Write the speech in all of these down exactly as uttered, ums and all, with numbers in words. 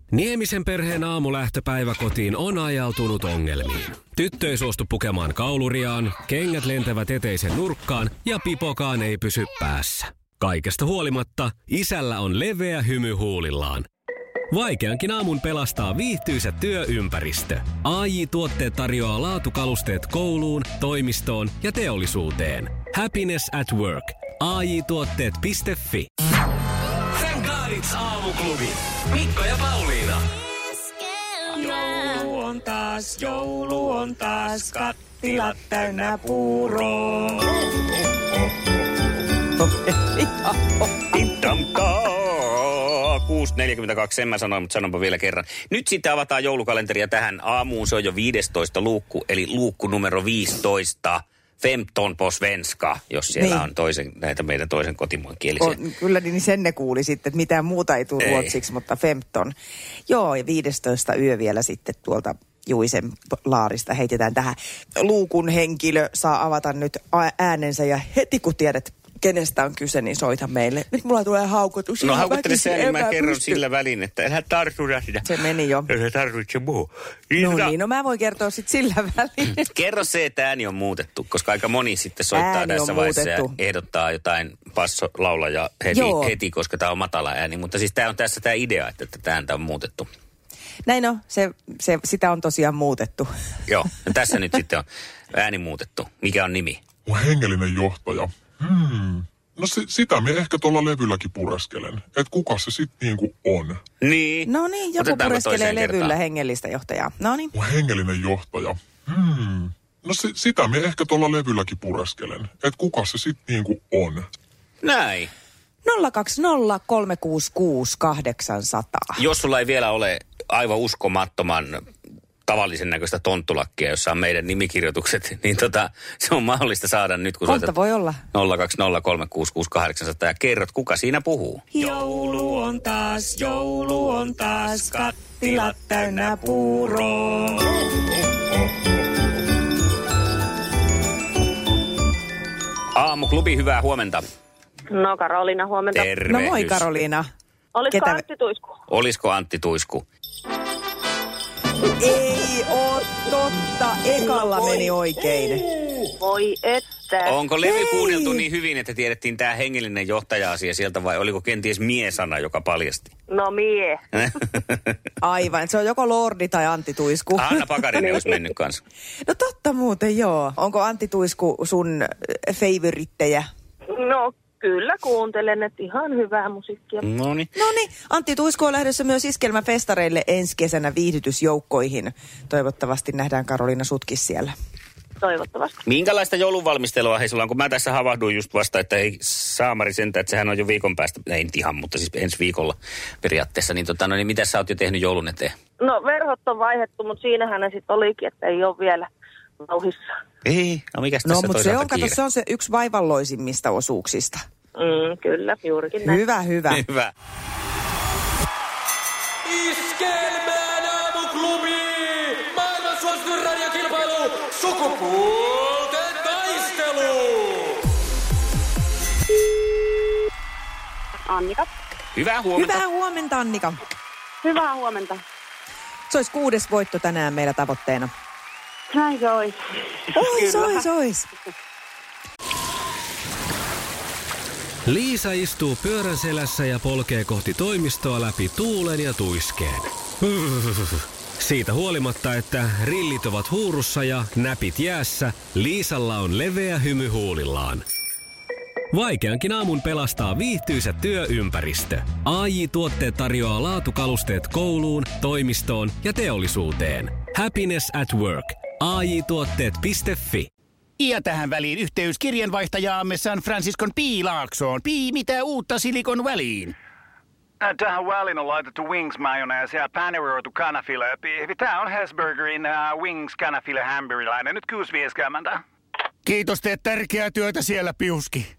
Niemisen perheen aamulähtöpäivä kotiin on ajautunut ongelmiin. Tyttö ei suostu pukemaan kauluriaan, kengät lentävät eteisen nurkkaan ja pipokaan ei pysy päässä. Kaikesta huolimatta isällä on leveä hymy huulillaan. Vaikeankin aamun pelastaa viihtyisä työympäristö. A J-tuotteet tarjoaa laatukalusteet kouluun, toimistoon ja teollisuuteen. Happiness at work. A J tuotteet piste fi. Thank God it's aamuklubi. Mikko ja Pauliina. Joulu on taas, joulu on taas, kattilat täynnä puuroa. kuusi neljäkymmentäkaksi, sen mä sanoin, mutta sanonpa vielä kerran. Nyt sitten avataan joulukalenteria tähän aamuun. Se on jo viidestoista luukku, eli luukku numero viisitoista. femton på svenska, jos siellä niin on toisen, näitä meidän toisen kotimaankielisiä. On, kyllä niin sen ne kuuli sitten, että mitään muuta ei tule ei. ruotsiksi, mutta femton. Joo, ja viidestoista yö vielä sitten tuolta Juisen laarista heitetään tähän. Luukun henkilö saa avata nyt äänensä ja heti kun tiedät, kenestä on kyse, niin soita meille. Nyt mulla tulee haukotus. No haukuttele sä, niin mä kerron pysty. Sillä välin, että älä tartuta sitä. Se meni jo. Älä tarvitse muu. No niin, no mä voin kertoa sit sillä välin. Kerro se, että ääni on muutettu, koska aika moni sitten soittaa ääni tässä vaiheessa ja ehdottaa jotain passolaulajaa heti, heti, koska tää on matala ääni. Mutta siis tää on tässä tää idea, että tätä ääntä on muutettu. Näin on, se, se, sitä on tosiaan muutettu. Joo, ja tässä nyt sitten on ääni muutettu. Mikä on nimi? Mun hengellinen johtaja. Hmm. No se, sitä me ehkä tuolla levylläkin pureskelen. Että kuka se sitten niinku on. Niin. No niin, joku Otetaanko pureskelee levyllä kertaan hengellistä johtajaa. No niin. Mun hengellinen johtaja. Hmm. No se, sitä me ehkä tuolla levylläkin pureskelen. Että kuka se sitten niinku on. Näin. nolla kaksi nolla kolme kuusi kuusi kahdeksan nolla nolla. Jos sulla ei vielä ole aivan uskomattoman tavallisen näköistä tonttulakkia, jossa on meidän nimikirjoitukset, niin tota, se on mahdollista saada nyt, kun soitat voi olla. nolla kaksi nolla kolme kuusi kuusi kahdeksan nolla nolla ja kerrot, kuka siinä puhuu. Joulu on taas, joulu on taas, kattilat täynnä puuroa. Aamuklubi, hyvää huomenta. No Karoliina, huomenta. Tervehdys. No moi Karoliina. Olisiko Ketä... Antti Tuisku? Olisiko Antti Tuisku? Ei oo totta. Ekalla meni oikein. Voi että. Onko levy kuunneltu niin hyvin, että tiedettiin tämä hengellinen johtaja-asia sieltä vai oliko kenties miesana, joka paljasti? No mie. Aivan. Se on joko Lordi tai Antti Tuisku. Anna Pakarinen olisi mennyt kanssa. No totta muuten joo. Onko Antti Tuisku sun favorittejä? No kyllä kuuntelen, että ihan hyvää musiikkia. No niin. No niin, Antti Tuisku on lähdössä myös iskelmäfestareille ensi kesänä viihdytysjoukkoihin. Toivottavasti nähdään Karoliina sutkin siellä. Toivottavasti. Minkälaista joulunvalmistelua hei sulla on, kun mä tässä havahduin just vasta, että ei saamari sentä, että sehän on jo viikon päästä, ei nyt ihan, mutta siis ensi viikolla periaatteessa, niin tota, no niin mitä sä oot jo tehnyt joulun eteen? No verhot on vaihdettu, mutta siinähän ne sitten olikin, että ei ole vielä lauhissa. Ei, no mikäs tässä No mutta se on, kiire? kato, se on se yksi vaivalloisimmista osuuksista. Mm, kyllä, juurikin näin. Hyvä, hyvä. Hyvä. Iskelmään aamuklubi! Maailman suosituin radiokilpailu! Sukupuolten taistelu! Annika. Hyvää huomenta. Hyvää huomenta, Annika. Hyvää huomenta. Se olisi kuudes voitto tänään meillä tavoitteena. Näin se olisi. Ois, ois, ois. Liisa istuu pyörän selässä ja polkee kohti toimistoa läpi tuulen ja tuiskeen. Siitä huolimatta, että rillit ovat huurussa ja näpit jäässä, Liisalla on leveä hymy huulillaan. Vaikeankin aamun pelastaa viihtyisä työympäristö. A J-tuotteet tarjoaa laatukalusteet kouluun, toimistoon ja teollisuuteen. Happiness at work. A J tuotteet piste fi. Ja tähän väliin yhteys kirjanvaihtajaamme San Franciscon Piilaaksoon. Pii, mitä uutta Silikon väliin? Tähän väliin on laitettu wings mayonnaise ja paneroitu kanafila. Tämä on Hesburgerin uh, wings kanafila hamburilainen. Nyt kuusi viisikymmentä. Kiitos, teet tärkeää työtä siellä, Piuski.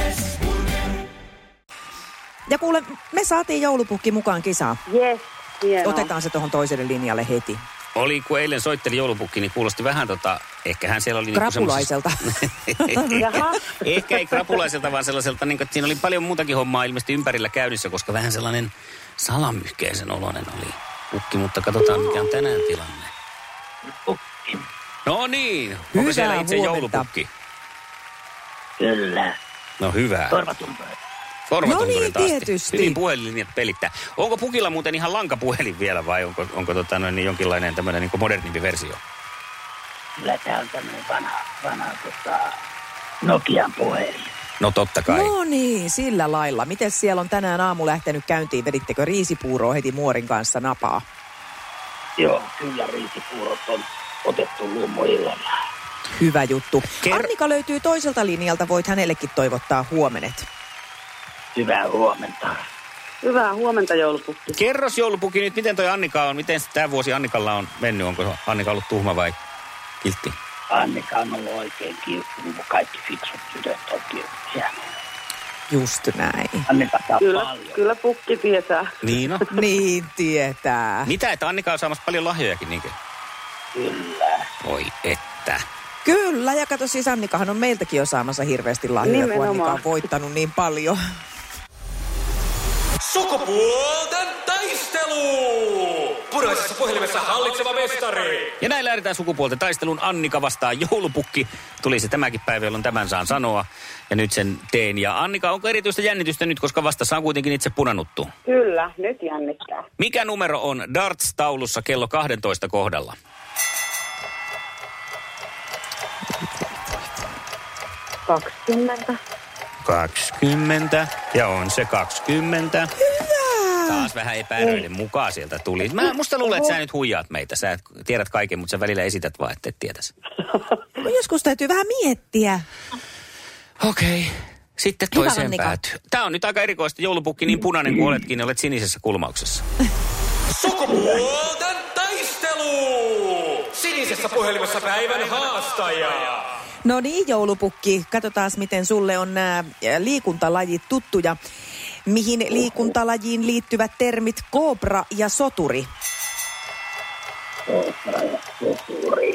Ja kuule, me saatiin joulupukki mukaan kisaan. Jes, hienoa. Otetaan se tuohon toiselle linjalle heti. Oli, kun eilen soitteli joulupukki, niin kuulosti vähän tota, ehkä hän siellä oli... Krapulaiselta. Niinku ehkä ei krapulaiselta, vaan sellaiselta, niin kuin, että siinä oli paljon muutakin hommaa ilmeisesti ympärillä käynnissä, koska vähän sellainen salamyhkeisen oloinen oli. Pukki, mutta katsotaan mikä on tänään tilanne. Pukki. No niin, onko Hyvää siellä itse huomenta. joulupukki? Kyllä. No hyvä. Korvatuntoja. Korvatunturit No niin, asti. tietysti. Hyvin puhelinlinjat pelittää. Onko pukilla muuten ihan lankapuhelin vielä vai onko, onko tota noin, niin jonkinlainen tämmöinen niin modernimpi versio? Kyllä tää on tämmönen vanha, vanha tota, Nokian puhelin. No totta kai. No niin, sillä lailla. Miten siellä on tänään aamu lähtenyt käyntiin? Vedittekö riisipuuroa heti muorin kanssa napaa? Joo, kyllä riisipuurot on otettu lummuillalla. Hyvä juttu. Ker- Annika löytyy toiselta linjalta. Voit hänellekin toivottaa huomenet. Hyvää huomenta. Hyvää huomenta, joulupukki. Kerros joulupukki nyt, miten toi Annika on, miten tämä vuosi Annikalla on mennyt? Onko Annika ollut tuhma vai kiltti? Annika on ollut oikein kiltti, niin kuin kaikki fiksut tytöt on kilttiä. Just näin. Annika saa Kyllä, paljon. kyllä pukki tietää. Niin no. Niin tietää. Mitä, että Annika on saamassa paljon lahjojakin niinkö? Kyllä. Oi että. Kyllä, ja kato siis Annikahan on meiltäkin jo saamassa hirveästi lahjoja, kun Nimenomaan. Annika on voittanut niin paljon. Sukupuolten taistelu! Puraisessa puhelimessa hallitseva mestari. Ja näin lähdetään sukupuolten taistelun. Annika vastaan joulupukki. Tuli se tämäkin päivä, jolloin tämän saan sanoa. Ja nyt sen teen. Ja Annika, onko erityistä jännitystä nyt, koska vastassa on kuitenkin itse punanuttu? Kyllä, nyt jännittää. Mikä numero on darts-taulussa kello kaksitoista kohdalla? kaksikymmentä. kaksikymmentä. Ja on se kaksikymmentä. Hyvä! Taas vähän epäröiden mukaan sieltä tuli. Mä musta luulen, että sä nyt huijaat meitä. Sä tiedät kaiken, mutta sä välillä esität vaan, että et tietäisi. No joskus täytyy vähän miettiä. Okei. Okay. Sitten Hyvä, toiseen Annika. päätyy. Tää on nyt aika erikoista. Joulupukki niin punainen kuin oletkin, niin olet sinisessä kulmauksessa. Sukupuolten taistelu! Sinisessä puhelimessa päivän haastaja. No niin, joulupukki. Katsotaan, miten sulle on nämä liikuntalajit tuttuja. Mihin liikuntalajiin liittyvät termit koobra ja soturi? Koopra ja soturi.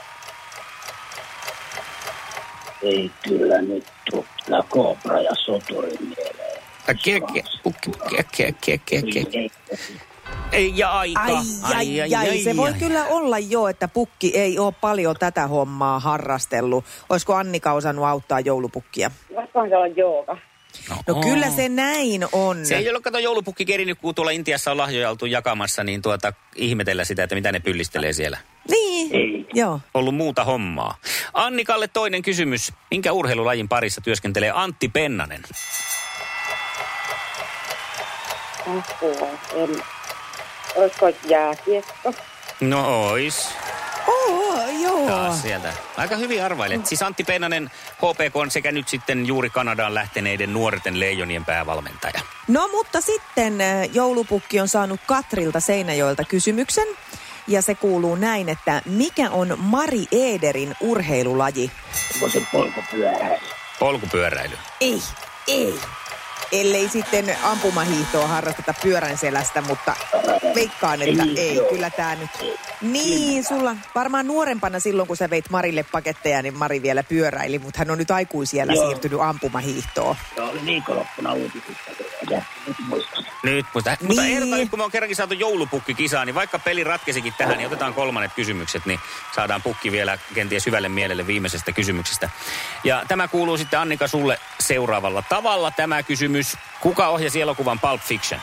Ei kyllä nyt tule kyllä koopra ja soturi mieleen. Äkkiä, äkkiä, pukki, pukki, äkkiä, äkkiä, äkkiä, äkkiä. Ei, ja aika. Ai, ai, ai, ai, se voi kyllä olla jo, että pukki ei ole paljon tätä hommaa harrastellut. Olisiko Annika osannut auttaa joulupukkia? Vastaan se on jooga. No kyllä se näin on. Se ei ole, kato, joulupukki kerinyt, kun tuolla Intiassa on lahjoja oltu jakamassa, niin tuota, ihmetellä sitä, että mitä ne pyllistelee siellä. Niin, Ei. joo. Ollut muuta hommaa. Annikalle toinen kysymys. Minkä urheilulajin parissa työskentelee Antti Pennanen? Apua, en... Olisiko jääkiekko? No ois. Oo, joo. Taas sieltä. Aika hyvin arvailet. Siis Antti Pennanen, H P K on sekä nyt sitten juuri Kanadaan lähteneiden nuorten leijonien päävalmentaja. No mutta sitten äh, joulupukki on saanut Katrilta Seinäjoelta kysymyksen. Ja se kuuluu näin, että mikä on Mari Ederin urheilulaji? Onko se polkupyöräily? Polkupyöräily. Ei, ei. Ellei sitten ampumahiihtoa harrasteta pyörän selästä, mutta veikkaan, että ei. ei. Kyllä tää nyt... Niin, sulla varmaan nuorempana silloin, kun sä veit Marille paketteja, niin Mari vielä pyöräili, mutta hän on nyt aikuisiellä Joo. siirtynyt ampumahiihtoon. Se oli viikonloppuna uutisissa. Ja nyt muistan. Nyt muista. Mutta Niin. ehdotan nyt, kun me on kerrankin saatu joulupukki-kisaan, niin vaikka peli ratkesikin tähän, niin otetaan kolmannet kysymykset, niin saadaan pukki vielä kenties hyvälle mielelle viimeisestä kysymyksestä. Ja tämä kuuluu sitten Annika sulle seuraavalla tavalla tämä kysymys. Kuka ohjasi elokuvan Pulp Fiction?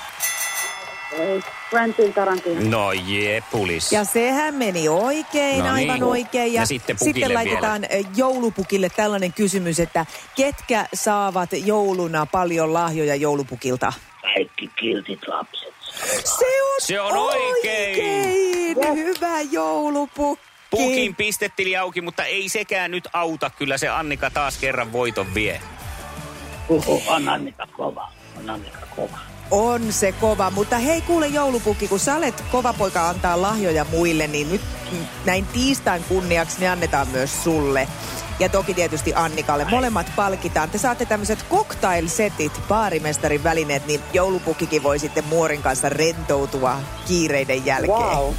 Quentin Tarantino. No jee, pulis. Ja sehän meni oikein, No niin. aivan oikein. Ja, Ja sitten pukille sitten laitetaan vielä joulupukille tällainen kysymys, että ketkä saavat jouluna paljon lahjoja joulupukilta? Kaikki kiltit lapset. Se on, Se on oikein. oikein. Hyvä joulupukki. Pukin pistetili auki, mutta ei sekään nyt auta. Kyllä se Annika taas kerran voiton vie. Huhu, on Annika kova. On Annika kova. On se kova, mutta hei kuule joulupukki, kun sä olet kova poika antaa lahjoja muille, niin nyt näin tiistain kunniaksi ne annetaan myös sulle. Ja toki tietysti Annikalle. Molemmat palkitaan. Te saatte tämmöiset cocktail-setit, baarimestarin välineet, niin joulupukkikin voi sitten muorin kanssa rentoutua kiireiden jälkeen. Wow.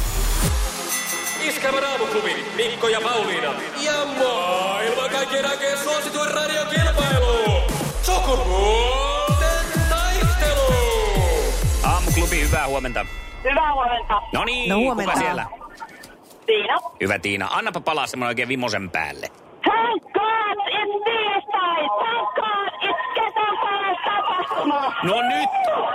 Iskelmän aamuklubi, Mikko ja Pauliina. Ja maailman kaikkien aikeen suosituen radiokilpailu. Sukupuolten taistelu. Aamuklubi, hyvää huomenta. Hyvää huomenta. No niin, No huomenta. kuka siellä? Tiina. Hyvä Tiina, annapa palaa semmoinen oikein vimosen päälle. Thank God it's tiistai! Thank God it's kesän paras tapahtuma! No nyt!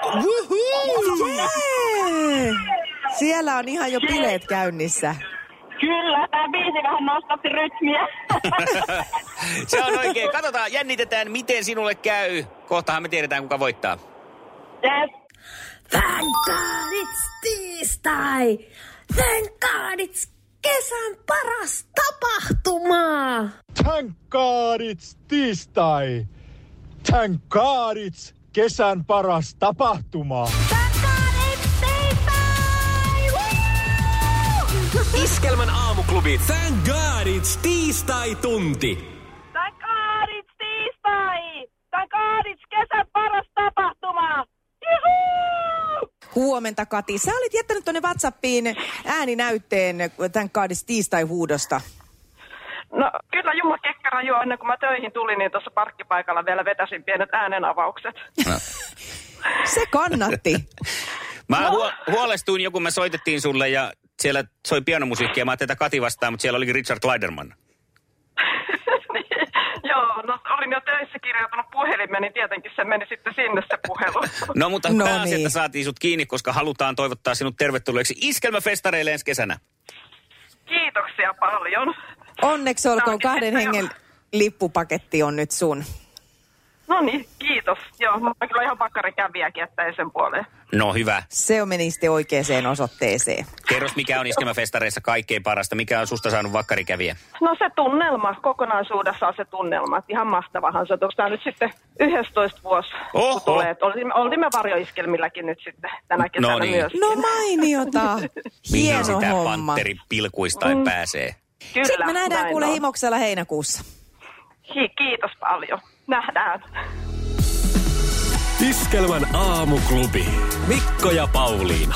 Jee! Siellä on ihan jo bileet käynnissä. Kyllä, tämä biisi vähän nostatti rytmiä. Se on oikein. Katsotaan, jännitetään, miten sinulle käy. Kohtahan me tiedetään, kuka voittaa. Yes. Thank God it's tiistai! Thank God it's kesän paras tapahtuma! Thank God it's tiistai! Thank God it's kesän paras tapahtuma! Thank God it's tiistai! Woo! Iskelmän aamuklubi Thank God It's tiistai-tunti. Thank God it's tiistai! Thank God it's kesän paras tapahtuma! Juhuu! Huomenta, Kati. Sä olit jättänyt tuonne WhatsAppiin ääninäytteen Thank God It's tiistai-huudosta. No kyllä Jumma Kekkara jo ennen kuin mä töihin tulin, niin tuossa parkkipaikalla vielä vetäsin pienet äänenavaukset. No. Se kannatti. Mä huo- huolestuin jo, kun me soitettiin sulle ja siellä soi pianomusiikkia. Mä ajattelin, että Kati vastaa, mutta siellä olikin Richard Kleiderman. Niin, joo, no olin jo töissä kirjautunut puhelimeen, niin tietenkin se meni sitten sinne se puhelu. No mutta No pääasia, niin. että saatiin sut kiinni, koska halutaan toivottaa sinut tervetulleeksi Iskelmäfestareille ensi kesänä. Kiitoksia paljon. Onneksi olkoon, Tämä onkin kahden sitten hengen lippupaketti on nyt sun. No niin, kiitos. Joo, mä oon kyllä ihan bakkarikävijäkin, että ei sen puoleen. No hyvä. Se on meni sitten oikeaan osoitteeseen. Kerros, mikä on Iskelmäfestareissa kaikkein parasta. Mikä on susta saanut vakkarikävijä? No se tunnelma, kokonaisuudessaan se tunnelma. Ihan mahtavahan se on. Onko tämä nyt sitten yhdestoista vuosi, Oho. kun tulee. Oltimme, oltimme varjoiskelmilläkin nyt sitten tänä kesänä No niin. myös. No mainiota. Mihin Hieno sitä homma. pantteri pilkuistain Mm. pääsee? Kyllä, Sitten me nähdään näin kuule on. Himoksella heinäkuussa. Hi, kiitos paljon. Nähdään. Iskelmän aamuklubi. Mikko ja Pauliina.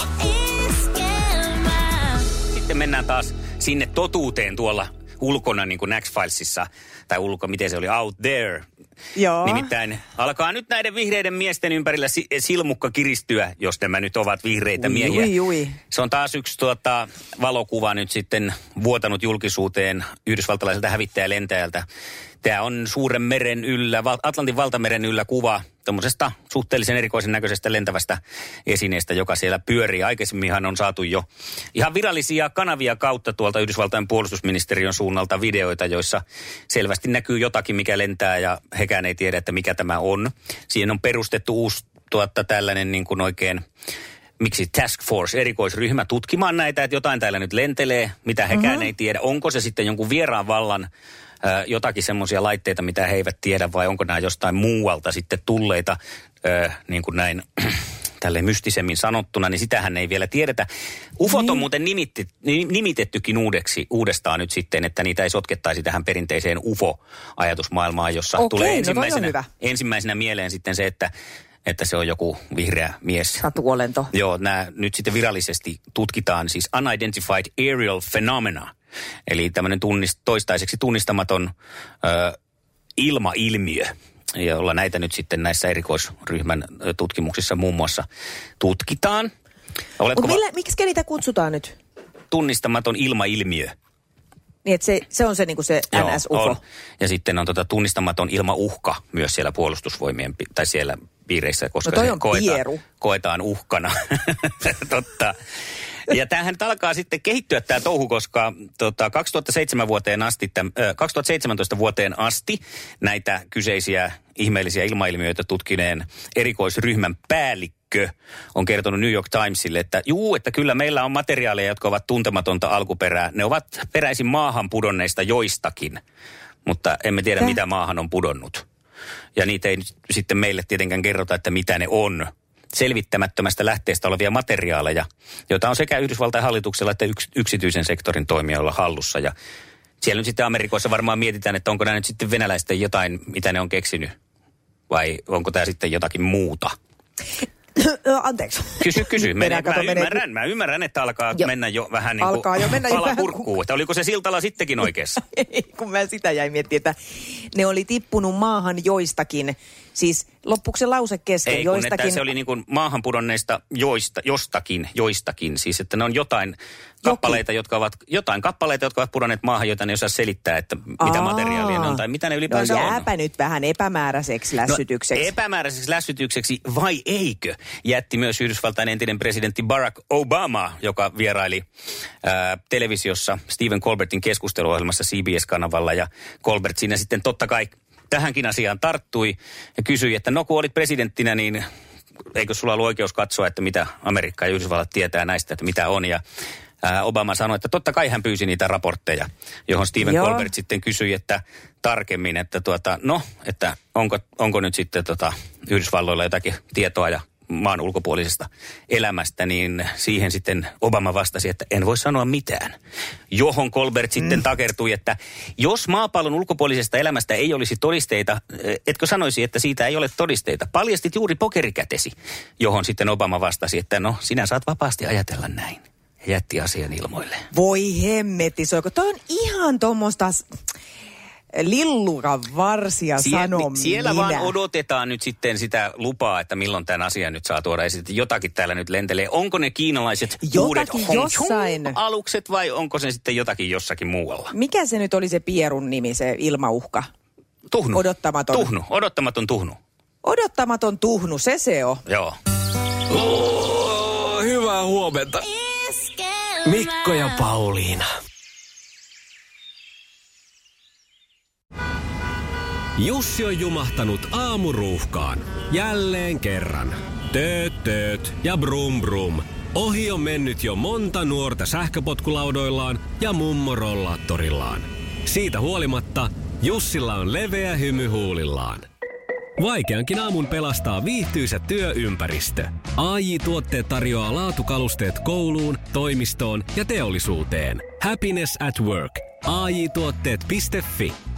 Sitten mennään taas sinne totuuteen tuolla ulkona, niin kuin X-Filesissa, tai ulko, miten se oli, out there. Joo. Nimittäin alkaa nyt näiden vihreiden miesten ympärillä si- silmukka kiristyä, jos nämä nyt ovat vihreitä Ui, miehiä. ui, ui. Se on taas yksi tuota, valokuva nyt sitten vuotanut julkisuuteen yhdysvaltalaiselta hävittäjälentäjältä. Tämä on suuren meren yllä, Atlantin valtameren yllä kuva tuommoisesta suhteellisen erikoisen näköisestä lentävästä esineestä, joka siellä pyörii. Aikaisemminhan on saatu jo ihan virallisia kanavia kautta tuolta Yhdysvaltain puolustusministeriön suunnalta videoita, joissa selvästi näkyy jotakin, mikä lentää ja hekään ei tiedä, että mikä tämä on. Siihen on perustettu uusi tuotta tällainen niin kuin oikein, miksi task force, erikoisryhmä tutkimaan näitä, että jotain täällä nyt lentelee, mitä hekään mm-hmm. ei tiedä. Onko se sitten jonkun vieraan vallan jotakin semmoisia laitteita, mitä he eivät tiedä, vai onko nämä jostain muualta sitten tulleita, ö, niin kuin näin tälleen mystisemmin sanottuna, niin sitähän ei vielä tiedetä. Ufot niin. on muuten nimitti, nimitettykin uudeksi, uudestaan nyt sitten, että niitä ei sotkettaisi tähän perinteiseen U F O-ajatusmaailmaan, jossa Okei, tulee no ensimmäisenä, hyvä. ensimmäisenä mieleen sitten se, että että se on joku vihreä mies. Satuolento. Joo, nämä nyt sitten virallisesti tutkitaan siis Unidentified Aerial Phenomena. Eli tämmöinen tunnist, toistaiseksi tunnistamaton ö, ilmailmiö, jolla näitä nyt sitten näissä erikoisryhmän ö, tutkimuksissa muun muassa tutkitaan. Oletko Mut millä, va- miksi niitä kutsutaan nyt? Tunnistamaton ilmailmiö. Niin, että se, se on se, niin kuin se Joo, N S-U F O. on. Ja sitten on tota tunnistamaton ilmauhka myös siellä puolustusvoimien, pi- tai siellä piireissä, koska No toi se on koetaan, pieru. koetaan uhkana. Totta. Ja tämähän nyt alkaa sitten kehittyä tämä touhu, koska tota, kaksituhattaseitsemän vuoteen asti, täm, äh, kaksituhattaseitsemäntoista vuoteen asti näitä kyseisiä ihmeellisiä ilmailmiöitä tutkineen erikoisryhmän päällikkö on kertonut New York Timesille, että juu, että kyllä meillä on materiaaleja, jotka ovat tuntematonta alkuperää. Ne ovat peräisin maahan pudonneista joistakin, mutta emme tiedä, Täh? mitä maahan on pudonnut. Ja niitä ei sitten meille tietenkään kerrota, että mitä ne on. Selvittämättömästä lähteestä olevia materiaaleja, joita on sekä Yhdysvaltain hallituksella että yks, yksityisen sektorin toimijoilla hallussa. Ja siellä nyt sitten Amerikoissa varmaan mietitään, että onko nämä nyt sitten venäläisten jotain, mitä ne on keksinyt, vai onko tämä sitten jotakin muuta. Anteeksi. Kysy, kysy. Mene, Mennään, mä, kato, menee- ymmärrän, mä ymmärrän, että alkaa Joo. mennä jo vähän niin kuin Alkaa jo mennä jo pala vähän kurkkuun. Että oliko se Siltala sittenkin oikeassa? Ei, kun mä sitä jäin miettimään, että ne oli tippunut maahan joistakin Siis loppuuko se lause kesken? Ei, kun että se oli niin kuin maahan pudonneista joista, jostakin, joistakin. Siis että ne on jotain kappaleita, jotka ovat, jotain kappaleita, jotka ovat pudonneet maahan, joita ne ei osaa selittää, että mitä Aa. materiaalia ne on tai mitä ne ylipäänsä no, on. jääpä nyt vähän epämääräiseksi lässytykseksi. No, epämääräiseksi lässytykseksi vai eikö? Jätti myös Yhdysvaltain entinen presidentti Barack Obama, joka vieraili ää, televisiossa Stephen Colbertin keskusteluohjelmassa C B S-kanavalla. Ja Colbert siinä sitten totta kai tähänkin asiaan tarttui ja kysyi, että no kun olit presidenttinä, niin eikö sulla ollut oikeus katsoa, että mitä Amerikka ja Yhdysvallat tietää näistä, että mitä on. Ja ää, Obama sanoi, että totta kai hän pyysi niitä raportteja, johon Stephen Joo. Colbert sitten kysyi, että tarkemmin, että tuota, no, että onko, onko nyt sitten tota Yhdysvalloilla jotakin tietoa ja maan ulkopuolisesta elämästä, niin siihen sitten Obama vastasi, että en voi sanoa mitään. Johon Colbert sitten mm. takertui, että jos maapallon ulkopuolisesta elämästä ei olisi todisteita, etkö sanoisi, että siitä ei ole todisteita? Paljastit juuri pokerikätesi, johon sitten Obama vastasi, että no, sinä saat vapaasti ajatella näin. Ja jätti asian ilmoille. Voi hemmetti, soiko. Toi on ihan tuommoista lillukan varsia Sie- sanon Siellä minä. vaan odotetaan nyt sitten sitä lupaa, että milloin tämän asian nyt saa tuoda esille. Jotakin täällä nyt lentelee. Onko ne kiinalaiset uudet alukset vai onko se sitten jotakin jossakin muualla? Mikä se nyt oli se Pierun nimi, se ilmauhka? Tuhnu. Odottamaton. Tuhnu. Odottamaton tuhnu. Odottamaton tuhnu, se se on. Joo. Oh, hyvää huomenta. Mikko ja Pauliina. Jussi on jumahtanut aamuruuhkaan. Jälleen kerran. Tööt, tööt ja brum brum. Ohi on mennyt jo monta nuorta sähköpotkulaudoillaan ja mummorollaattorillaan. Siitä huolimatta Jussilla on leveä hymy huulillaan. Vaikeankin aamun pelastaa viihtyisä työympäristö. A J-tuotteet tarjoaa laatukalusteet kouluun, toimistoon ja teollisuuteen. Happiness at work. A J tuotteet piste fi